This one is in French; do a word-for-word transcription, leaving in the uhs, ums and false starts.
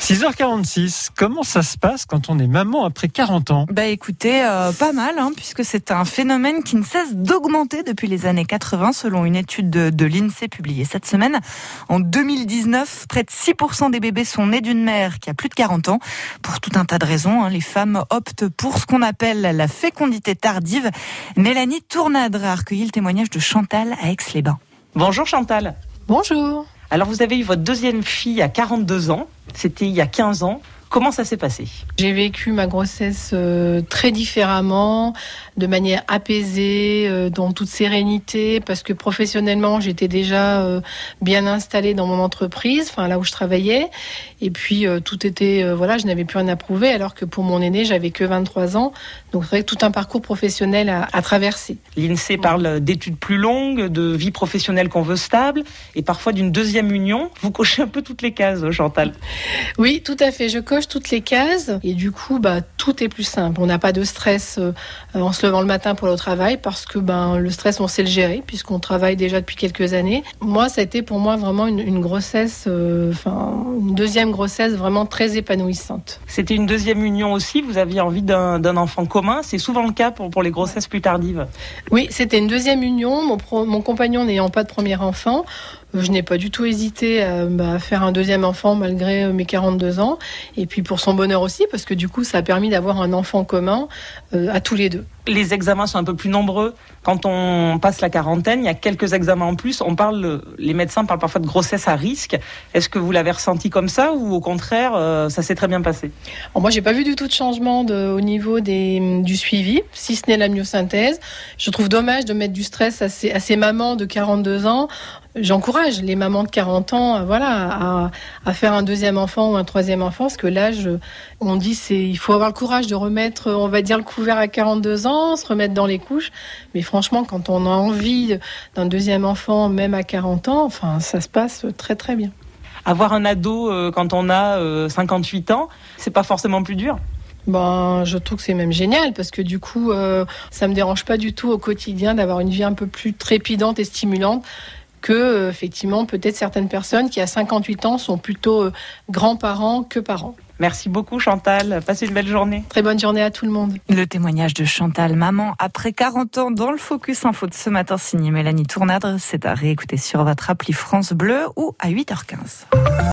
six heures quarante-six, comment ça se passe quand on est maman après quarante ans ? Bah écoutez, euh, pas mal, hein, puisque c'est un phénomène qui ne cesse d'augmenter depuis les années quatre-vingts, selon une étude de, de l'INSEE publiée cette semaine. En deux mille dix-neuf, près de six pour cent des bébés sont nés d'une mère qui a plus de quarante ans. Pour tout un tas de raisons, hein, les femmes optent pour ce qu'on appelle la fécondité tardive. Mélanie Tournadre a recueilli le témoignage de Chantal à Aix-les-Bains. Bonjour Chantal. Bonjour. Alors vous avez eu votre deuxième fille à quarante-deux ans, c'était il y a quinze ans. Comment ça s'est passé ? J'ai vécu ma grossesse euh, très différemment, de manière apaisée, euh, dans toute sérénité, parce que professionnellement, j'étais déjà euh, bien installée dans mon entreprise, enfin là où je travaillais, et puis euh, tout était, euh, voilà, je n'avais plus rien à prouver, alors que pour mon aîné, j'avais que vingt-trois ans, donc c'est vrai que tout un parcours professionnel à, à traverser. L'INSEE parle d'études plus longues, de vie professionnelle qu'on veut stable, et parfois d'une deuxième union. Vous cochez un peu toutes les cases, Chantal. Oui, tout à fait, je coche toutes les cases et du coup bah, tout est plus simple. On n'a pas de stress euh, en se levant le matin pour aller au travail parce que ben, le stress on sait le gérer puisqu'on travaille déjà depuis quelques années. Moi ça a été pour moi vraiment une, une grossesse, euh, enfin une deuxième grossesse vraiment très épanouissante. C'était une deuxième union aussi, vous aviez envie d'un, d'un enfant commun, c'est souvent le cas pour, pour les grossesses plus tardives. Oui, c'était une deuxième union, mon, pro, mon compagnon n'ayant pas de premier enfant. Je n'ai pas du tout hésité à, bah, à faire un deuxième enfant malgré mes quarante-deux ans. Et puis pour son bonheur aussi, parce que du coup, ça a permis d'avoir un enfant commun euh, à tous les deux. Les examens sont un peu plus nombreux. Quand on passe la quarantaine, il y a quelques examens en plus. On parle, les médecins parlent parfois de grossesse à risque. Est-ce que vous l'avez ressenti comme ça ou au contraire, euh, ça s'est très bien passé ? Alors moi, j'ai pas vu du tout de changement de, au niveau des, du suivi, si ce n'est la myosynthèse. Je trouve dommage de mettre du stress à ces, à ces mamans de quarante-deux ans. J'encourage les mamans de quarante ans, voilà, à, à faire un deuxième enfant ou un troisième enfant, parce que l'âge, on dit, c'est, il faut avoir le courage de remettre, on va dire, le couvert à quarante-deux ans, se remettre dans les couches. Mais franchement, quand on a envie d'un deuxième enfant, même à quarante ans, enfin, ça se passe très très bien. Avoir un ado euh, quand on a euh, cinquante-huit ans, c'est pas forcément plus dur ? Ben, je trouve que c'est même génial parce que du coup, euh, ça me dérange pas du tout au quotidien d'avoir une vie un peu plus trépidante et stimulante que, euh, effectivement, peut-être certaines personnes qui, à cinquante-huit ans, sont plutôt euh, grands-parents que parents. Merci beaucoup Chantal, passez une belle journée. Très bonne journée à tout le monde. Le témoignage de Chantal, maman après quarante ans, dans le Focus Info de ce matin, signé Mélanie Tournadre. C'est à réécouter sur votre appli France Bleu ou à huit heures quinze.